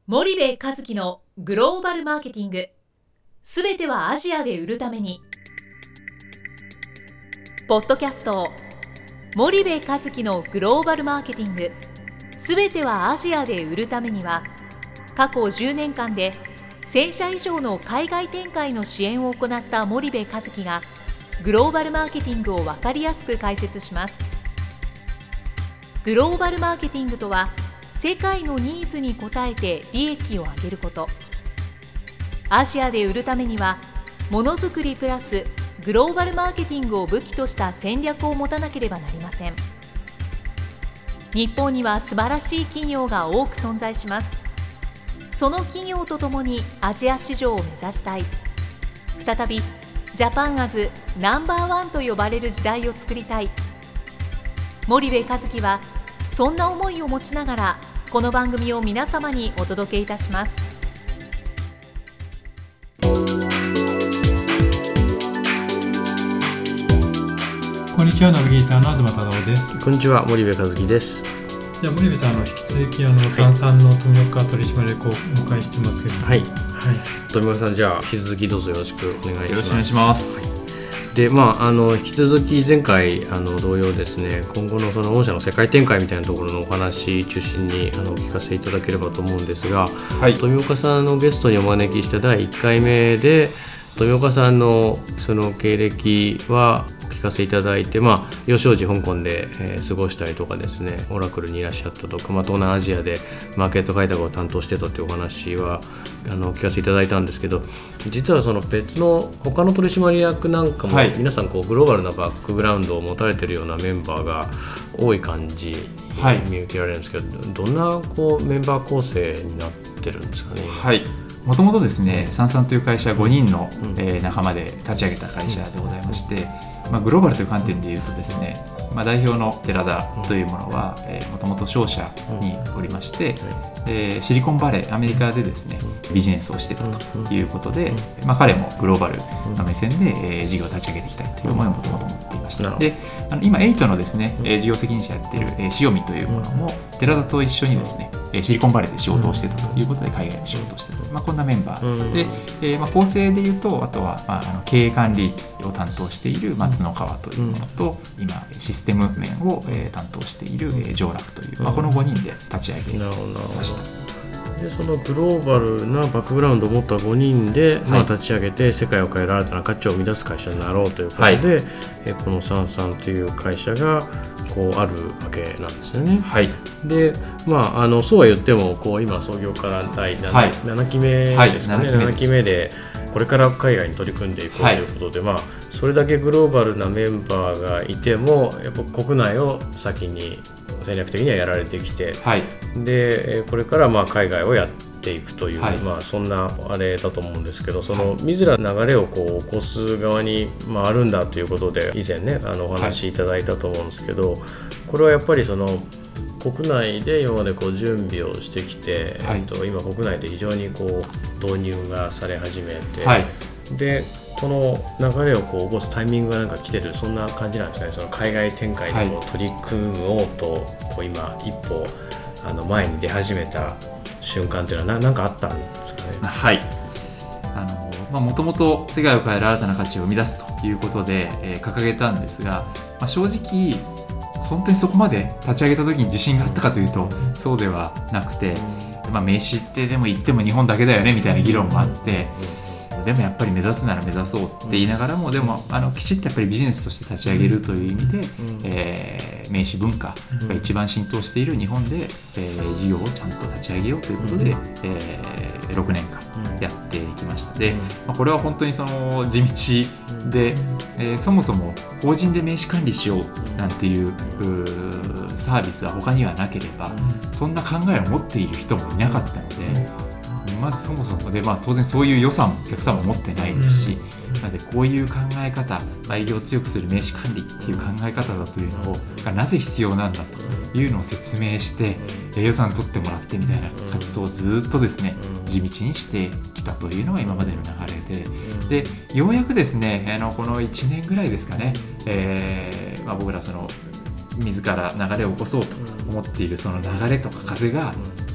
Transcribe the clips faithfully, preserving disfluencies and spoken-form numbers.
森部一樹のグローバルマーケティング、すべてはアジアで売るために。ポッドキャスト森部一樹のグローバルマーケティング、すべてはアジアで売るためには、過去じゅうねんかんでせんしゃ以上の海外展開の支援を行った森部一樹がグローバルマーケティングを分かりやすく解説します。グローバルマーケティングとは、世界のニーズに応えて利益を上げること。アジアで売るためには、ものづくりプラスグローバルマーケティングを武器とした戦略を持たなければなりません。日本には素晴らしい企業が多く存在します。その企業とともにアジア市場を目指したい。再びジャパンアズナンバーワンと呼ばれる時代を作りたい。森部一樹はそんな思いを持ちながら、この番組を皆様にお届けいたします。 こんにちは、ナビゲーターの東忠夫です。 こんにちは、森部一樹です。 じゃあ森部さん、あの引き続きあの、はい、サンサンの富岡取締役をお迎えしてますけど、 はい、はい、富岡さん、じゃあ引き続きどうぞよろしくお願いします。 よろしくお願いします。 はい、でまあ、あの引き続き前回あの同様ですね、今後のその御社の世界展開みたいなところのお話中心にあのお聞かせいただければと思うんですが、はい、富岡さんのゲストにお招きしただいいっかいめで、富岡さんのその経歴はお聞かせいただいて、まあ、幼少時香港で、えー、過ごしたりとかですね、オラクルにいらっしゃったとか、まあ、東南アジアでマーケット開拓を担当してたというお話はあのお聞かせいただいたんですけど、実はその別の他の取締役なんかも、はい、皆さんこうグローバルなバックグラウンドを持たれているようなメンバーが多い感じに見受けられるんですけど、はい、どんなこうメンバー構成になってるんですかね。 はい、もともとですね、サンサンという会社はごにんの、うんえー、仲間で立ち上げた会社でございまして、うんまあ、グローバルという観点でいうとですね、まあ、代表の寺田というものは、えー、もともと商社におりまして、うんえー、シリコンバレーアメリカでですねビジネスをしていたということで、まあ、彼もグローバルな目線で、えー、事業を立ち上げていきたいという思いをもともと持っていました。であの今エイトのですね、えー、事業責任者やっている、えー、塩見というものも寺田と一緒にですねシリコンバレーで仕事をしていたということで海外で仕事をしていた、まあ、こんなメンバーです。で、えーまあ、構成でいうと、あとは、まあ、あの経営管理を担当している松野川というものと、うん、今システム面を、えー、担当している、えー、上楽という、まあ、このごにんで立ち上げました。 でそのグローバルなバックグラウンドを持ったごにんで、はいまあ、立ち上げて世界を変える新たな価値を生み出す会社になろうということで、はいえこのサンサンという会社がこうあるわけなんですよね。はい、で、まあ、あのそうは言ってもこう今創業からだい 7,、はい、ななきめですかね、はい、ななきめでこれから海外に取り組んでいこうということで、はいまあ、それだけグローバルなメンバーがいてもやっぱ国内を先に戦略的にはやられてきて、はい、でこれからまあ海外をやっていくという、はいまあ、そんなあれだと思うんですけど、その自ら流れをこう起こす側に、まあ、あるんだということで以前ねあのお話しいただいたと思うんですけど、はい、これはやっぱりその国内で今までこう準備をしてきて、はいえっと、今国内で非常にこう導入がされ始めて、はい、でこの流れをこう起こすタイミングがなんか来てる、そんな感じなんですかね。その海外展開にこう取り組もうとこう今一歩あの前に出始めた瞬間というのは何かあったんですかね。 はい、あのまあ、もともと世界を変える新たな価値を生み出すということで、えー、掲げたんですが、まあ、正直本当にそこまで立ち上げた時に自信があったかというとそうではなくて、まあ、名刺ってでも言っても日本だけだよねみたいな議論もあって、でもやっぱり目指すなら目指そうって言いながらも、でもあのきちっとやっぱりビジネスとして立ち上げるという意味で、えー、名刺文化が一番浸透している日本で、えー、事業をちゃんと立ち上げようということで、えー、ろくねんかんやってきました。で、まあ、これは本当にその地道で、えー、そもそも法人で名刺管理しようなんていうサービスは他にはなければ、そんな考えを持っている人もいなかったので、まずそもそもで、まあ、当然そういう予算もお客さんも持ってないですし、なのでこういう考え方、営業を強くする名刺管理っていう考え方だというのがなぜ必要なんだというのを説明して予算取ってもらってみたいな活動をずっとですね地道にしてきたというのが今までの流れで、でようやくですねあのこのいちねんぐらいですかね、えーまあ、僕らその自ら流れを起こそうと思っているその流れとか風が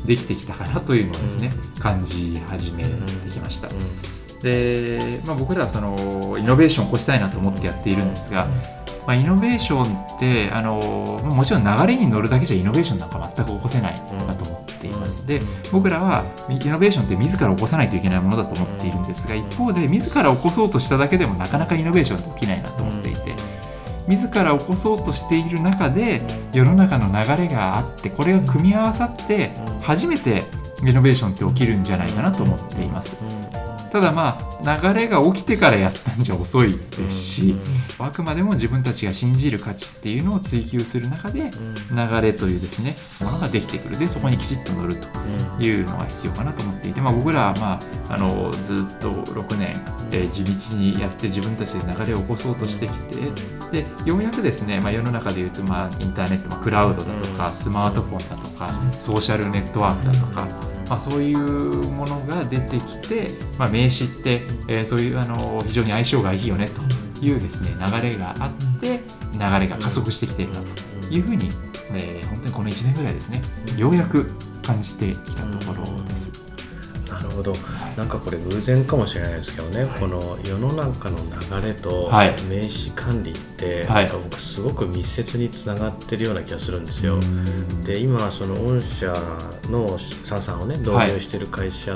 できてきたかなというのをですね、感じ始めてきました。で、まあ、僕らはそのイノベーションを起こしたいなと思ってやっているんですが、まあ、イノベーションってあのもちろん流れに乗るだけじゃイノベーションなんか全く起こせないなと思っています。で、僕らはイノベーションって自ら起こさないといけないものだと思っているんですが、一方で自ら起こそうとしただけでもなかなかイノベーションって起きないなと思っていて、自ら起こそうとしている中で世の中の流れがあって、これが組み合わさって初めてイノベーションって起きるんじゃないかなと思っています。ただまあ流れが起きてからやったんじゃ遅いですし、あくまでも自分たちが信じる価値っていうのを追求する中で流れというですねものができてくる。でそこにきちっと乗るというのが必要かなと思っていて、まあ、僕らは、まあ、あのずっとろくねん、えー、地道にやって自分たちで流れを起こそうとしてきて、でようやくですね、まあ、世の中でいうと、まあ、インターネット、まあ、クラウドだとかスマートフォンだとかソーシャルネットワークだとか、まあ、そういうものが出てきて、まあ、名詞って、えー、そういうあの非常に相性がいいよねというですね流れがあって流れが加速してきているなというふうに、えー、本当にこのいちねんぐらいですねようやく感じてきたところです。 なるほど、なんかこれ偶然かもしれないですけどね、はい、この世の中の流れと名詞管理って、はい、なんか僕すごく密接につながってるような気がするんですよ。で今その御社のサンさんをね導入してる会社って、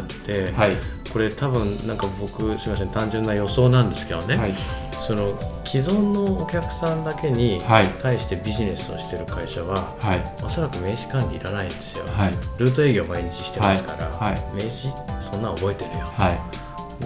はい、これ多分なんか僕すみません単純な予想なんですけどね、はい、その既存のお客さんだけに対してビジネスをしてる会社は、はい、おそらく名刺管理いらないんですよ、はい、ルート営業毎日してますから、はいはい、名刺そんな覚えてるよ、はい、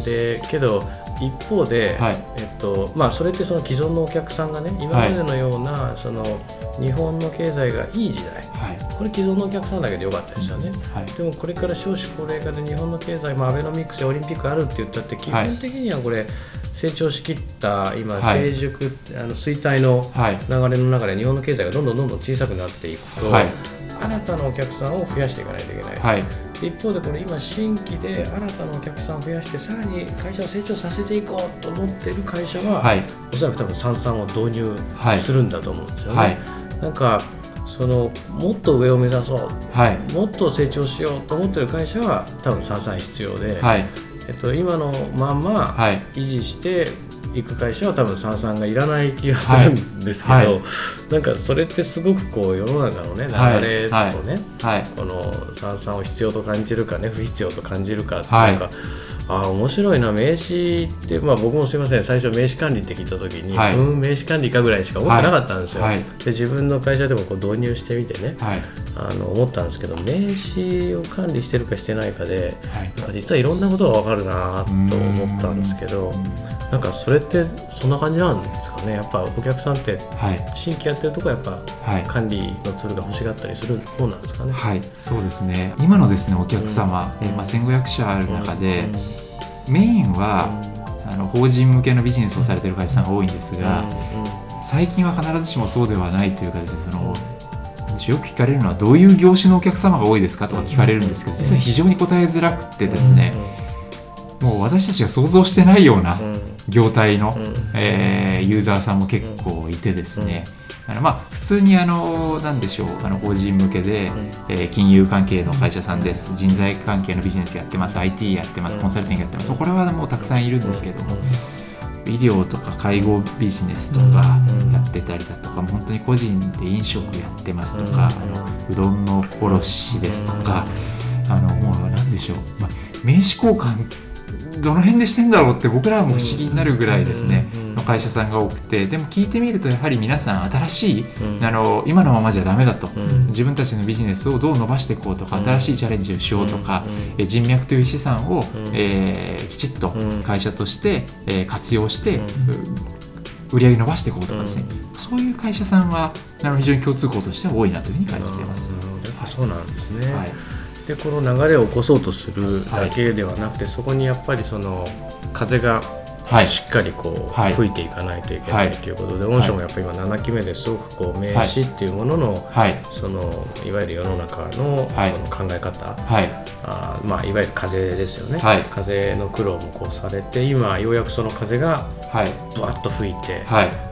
でけど一方で、はいえっとまあ、それってその既存のお客さんがね今までのような、はい、その日本の経済がいい時代、はい、これ既存のお客さんだけでよかったですよね、はい、でもこれから少子高齢化で日本の経済、まあ、アベノミクスやオリンピックあるって言ったって基本的にはこれ、はい成長しきった今、はい、成熟あの衰退の流れの中で日本の経済がどんどんどんどん小さくなっていくと、はい、新たなお客さんを増やしていかないといけない、はい、一方でこれ今新規で新たなお客さんを増やしてさらに会社を成長させていこうと思っている会社は、はい、おそらく多分サンさんを導入するんだと思うんですよね、はい、なんかそのもっと上を目指そう、はい、もっと成長しようと思っている会社は多分サンさん必要で、はいえっと、今のまんま維持していく会社は多分サンさんがいらない気がするんですけど、はいはい、なんかそれってすごくこう世の中の、ね、流れとね、はいはい、このサンさんを必要と感じるか、ね、不必要と感じるかっていうか、はいあ面白いな名刺って、まあ、僕もすいません最初名刺管理って聞いた時に、はい、うん名刺管理かぐらいしか思ってなかったんですよ、はい、で自分の会社でもこう導入してみてね、はい、あの思ったんですけど名刺を管理してるかしてないかで、はい、なんか実はいろんなことが分かるなと思ったんですけどなんかそれってそんな感じなんですかねやっぱお客さんって新規やってるとこはやっぱ管理のツールが欲しがったりする方なんですかね。 はい、そうですね今のですねお客様、うんえーまあ、せんごひゃくしゃある中で、うんメインはあの法人向けのビジネスをされている会社さんが多いんですが、最近は必ずしもそうではないというかですね、そのよく聞かれるのはどういう業種のお客様が多いですかとか聞かれるんですけど、実は非常に答えづらくてですね、もう私たちが想像してないような業態の、えー、ユーザーさんも結構いてですね、あのまあ、普通にあの何でしょうあの法人向けで、うんえー、金融関係の会社さんです、人材関係のビジネスやってます、 アイティー やってます、コンサルティングやってます、これはもうたくさんいるんですけども、医療とか介護ビジネスとかやってたりだとか、本当に個人で飲食やってますとか、あのうどんの卸ですとか、あのもう何でしょう、まあ、名刺交換どの辺でしてんだろうって僕らも不思議になるぐらいですね、うんうん、の会社さんが多くて、でも聞いてみるとやはり皆さん新しい、うん、あの今のままじゃダメだと、うん、自分たちのビジネスをどう伸ばしていこうとか、うん、新しいチャレンジをしようとか、うん、人脈という資産を、うんえー、きちっと会社として、えー、活用して、うん、売り上げ伸ばしていこうとかですね、うん、そういう会社さんはあの非常に共通項としては多いなというふうに感じています。 あ、そうなんですね、はいでこの流れを起こそうとするだけではなくて、はい、そこにやっぱりその風がしっかりこう、はい、吹いていかないといけないということで、はい、御社もやっぱり今ななきめですごくこう名刺っていうものの、はい、そのいわゆる世の中 の, その考え方、はいあまあ、いわゆる風ですよね、はい、風の苦労もこうされて今ようやくその風がぶわっと吹いて、はい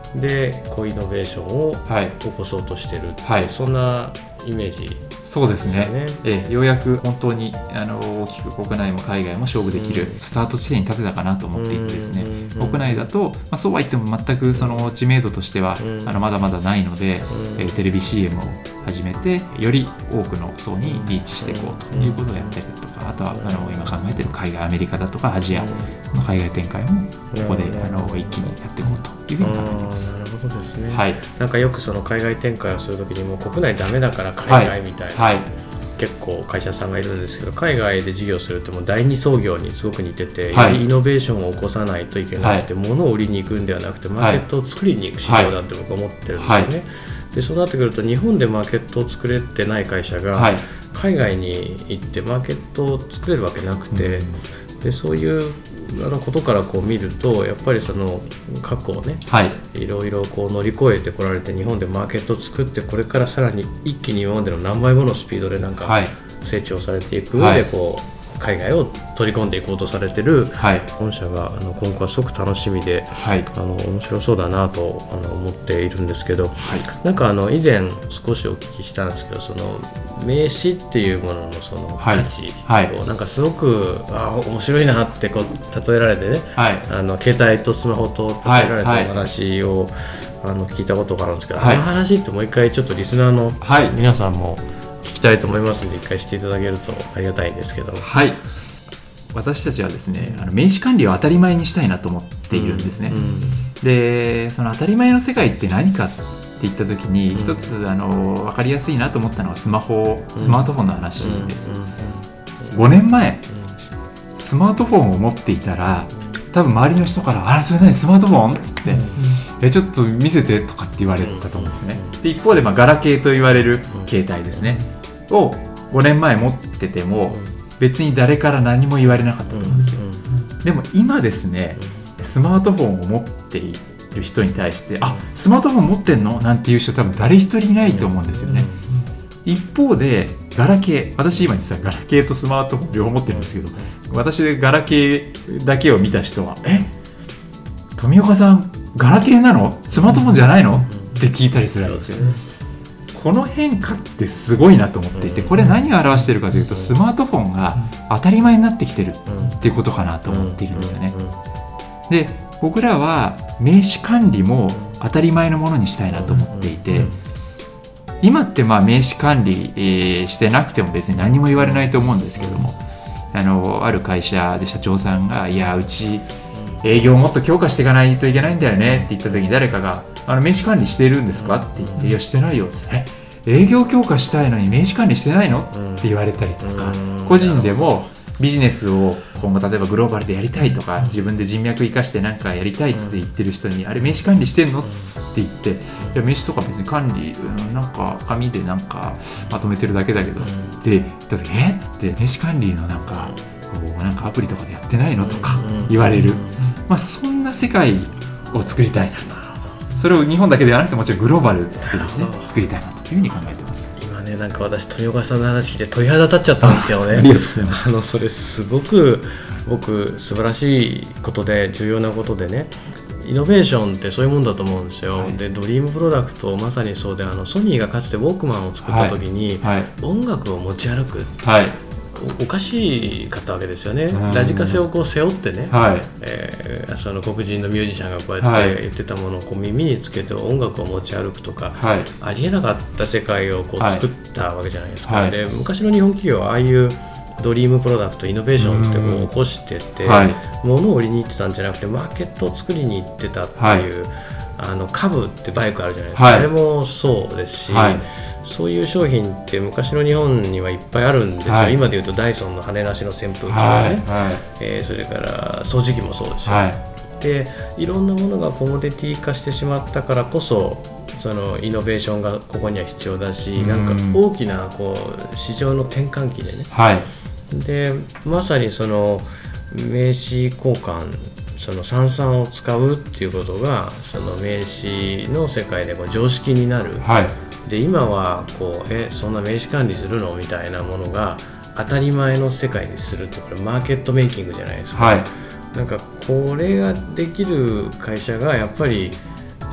でこうイノベーションを起こそうとしてるっていう、 はい、 そんなイメージ。 そうですね。ええ、ようやく本当にあの大きく国内も海外も勝負できるスタート地点に立てたかなと思っていてですね、国内だと、まあ、そうは言っても全くその知名度としてはあのまだまだないので、えー、テレビ シーエム を始めてより多くの層にリーチしていこうということをやってるとか、あとはあの今考えている海外アメリカだとかアジアの海外展開もここであの一気にやっていこうというふうに考えています。 なるほどですね。 はい、 なんかよくその海外展開をするときにもう国内ダメだから海外みたいな、はいはい、結構会社さんがいるんですけど、海外で事業するってもう第二創業にすごく似てて、はい、よりイノベーションを起こさないといけなくて、はい、物を売りに行くんではなくてマーケットを作りに行く市場だって僕は思ってるんですよね、はいはい、でそうなってくると日本でマーケットを作れてない会社が、はい、海外に行ってマーケットを作れるわけなくて、うん、でそういうあのことからこう見るとやっぱりその過去をね、はい、いろいろこう乗り越えてこられて日本でマーケットを作ってこれからさらに一気に今までの何倍ものスピードでなんか成長されていく上でこう海外を取り込んでいこうとされてる本社があの今後はすごく楽しみで、はい、あの面白そうだなとあの思っているんですけど、はい、なんかあの以前少しお聞きしたんですけどその名刺っていうもののその価値をなんかすごくあ面白いなってこう例えられてね、はい、あの携帯とスマホと例えられたお話を、はいはい、あの聞いたことがあるんですけど、はい、あの話ってもう一回ちょっとリスナーの皆さんも聞きたいと思いますので一回していただけるとありがたいんですけど。 はい、私たちはですねあの名刺管理を当たり前にしたいなと思っているんですね、うんうん、でその当たり前の世界って何かって言った時に、うん、一つあの分かりやすいなと思ったのはスマホスマートフォンの話です、うん、ごねんまえスマートフォンを持っていたら多分周りの人からあれそれ何スマートフォンっつって、うん、えちょっと見せてとかって言われたと思うんですよね。で一方で、まあ、ガラケーと言われる携帯ですねをごねんまえ持ってても別に誰から何も言われなかったと思うんですよ。でも今ですねスマートフォンを持っている人に対してあスマートフォン持ってんのなんていう人多分誰一人いないと思うんですよね。一方でガラケー私今実はガラケーとスマートフォン両方持ってるんですけど私でガラケーだけを見た人はえ富岡さんガラケーなのスマートフォンじゃないのって聞いたりするんですよ。この変化ってすごいなと思っていてこれ何を表しているかというとスマートフォンが当たり前になってきてるっていうことかなと思っているんですよね。で僕らは名刺管理も当たり前のものにしたいなと思っていて今ってまあ名刺管理、えー、してなくても別に何も言われないと思うんですけどもあのある会社で社長さんがいやうち営業をもっと強化していかないといけないんだよねって言った時に誰かがあの名刺管理しているんですかって言っていやしてないよってえ営業強化したいのに名刺管理してないのって言われたりとか個人でもビジネスを今後例えばグローバルでやりたいとか自分で人脈生かして何かやりたいって言ってる人にあれ名刺管理してんのって言っていや名刺とか別に管理なんか紙でなんかまとめてるだけだけどって言った時えっつって名刺管理のなんかこうなんかアプリとかでやってないのとか言われるまあそんな世界を作りたいなとそれを日本だけではなくてもちろんグローバルでですね作りたいなというふうに考えてます。 今ねなんか私富岡さんの話聞いて鳥肌立っちゃったんですけどね。 ありがとうございます。 あのそれすごく僕素晴らしいことで重要なことでねイノベーションってそういうもんだと思うんですよ、はい、でドリームプロダクトまさにそうであのソニーがかつてウォークマンを作った時に、はいはい、音楽を持ち歩く、はいおかしかったわけですよね。ラジカセをこう背負ってね、はいえー、その黒人のミュージシャンがこうやって言ってたものをこう耳につけて音楽を持ち歩くとか、はい、ありえなかった世界をこう作ったわけじゃないですか、はい、で昔の日本企業はああいうドリームプロダクトイノベーションってこう起こしてて、はい、物を売りに行ってたんじゃなくてマーケットを作りに行ってたっていう、はい、あのカブってバイクあるじゃないですか、はい、あれもそうですし、はいそういう商品って昔の日本にはいっぱいあるんですよ、はい、今でいうとダイソンの羽なしの扇風機とかね、はいはいえー、それから掃除機もそうですよ、はい、でいろんなものがコモディティ化してしまったからこそそのイノベーションがここには必要だし、うん、なんか大きなこう市場の転換期でね、はい、でまさにその名刺交換その三々を使うっていうことがその名刺の世界でこう常識になる、はいで今はこうえそんな名刺管理するのみたいなものが当たり前の世界にするってこれマーケットメイキングじゃないですか、はい、なんかこれができる会社がやっぱり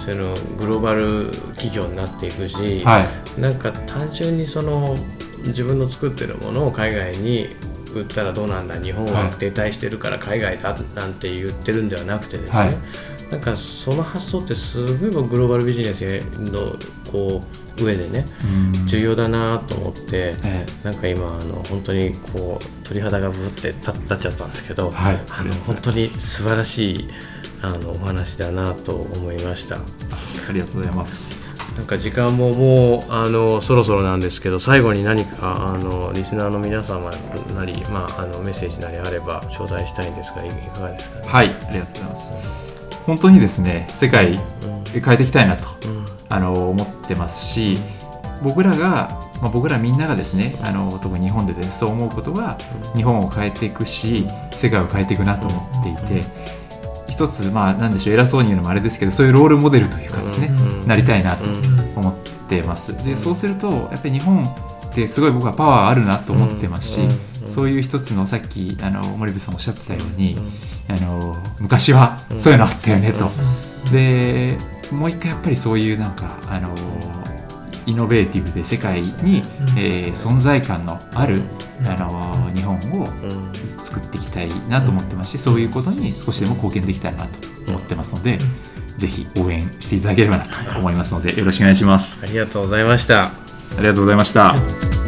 そういうのグローバル企業になっていくし、 はい、 なんか単純にその自分の作ってるものを海外に売ったらどうなんだ、日本は停滞してるから海外だなんて言ってるんではなくてですね、はい、なんかその発想ってすごいグローバルビジネスのこう上でね、重要だなと思って、ええ、なんか今あの本当にこう鳥肌がぶって立っちゃったんですけど、はい、あの本当に素晴らしいあのお話だなと思いました。 ありがとうございます。 なんか時間ももうあのそろそろなんですけど、最後に何かあのリスナーの皆様なり、まあ、あのメッセージなりあれば頂戴したいんですが、いかがですかね。 はい、ありがとうございます。本当にですね、世界変えていきたいなと、うん、あの思ってますし、僕らが、まあ、僕らみんながですね、あの特に日本で、ね、そう思うことは日本を変えていくし、世界を変えていくなと思っていて、一つ、まあ、なんでしょう、偉そうに言うのもあれですけど、そういうロールモデルというかですね、うん、なりたいなと思ってます。で、そうするとやっぱり日本ってすごい僕はパワーあるなと思ってますし、そういう一つのさっきあの森部さんおっしゃってたように、あの昔はそういうのあったよねと、でもう一回やっぱりそういうなんかあのイノベーティブで世界に、えー、存在感のあるあの日本を作っていきたいなと思ってますし、そういうことに少しでも貢献できたらなと思ってますので、ぜひ応援していただければなと思いますので、よろしくお願いします。 ありがとうございました。 ありがとうございました。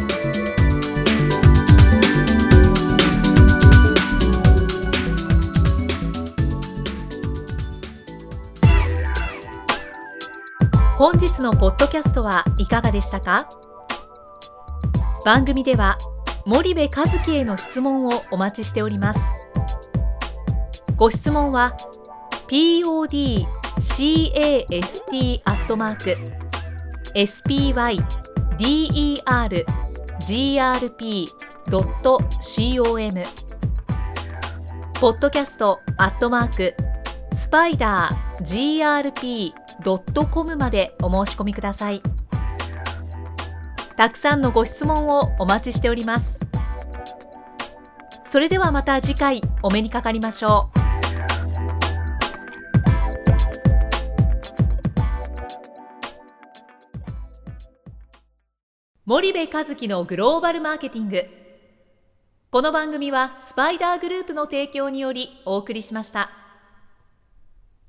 本日のポッドキャストはいかがでしたか？番組では森部一樹への質問をお待ちしております。ご質問は ピーオーディーキャスト アットマーク エスピーワイディーイーアールジーアールピー ドット コム ポッドキャストアットマークスパイダー ジーアールピードットコム までお申し込みください。たくさんのご質問をお待ちしております。それではまた次回お目にかかりましょう。森部一樹のグローバルマーケティング。この番組はスパイダーグループの提供によりお送りしました。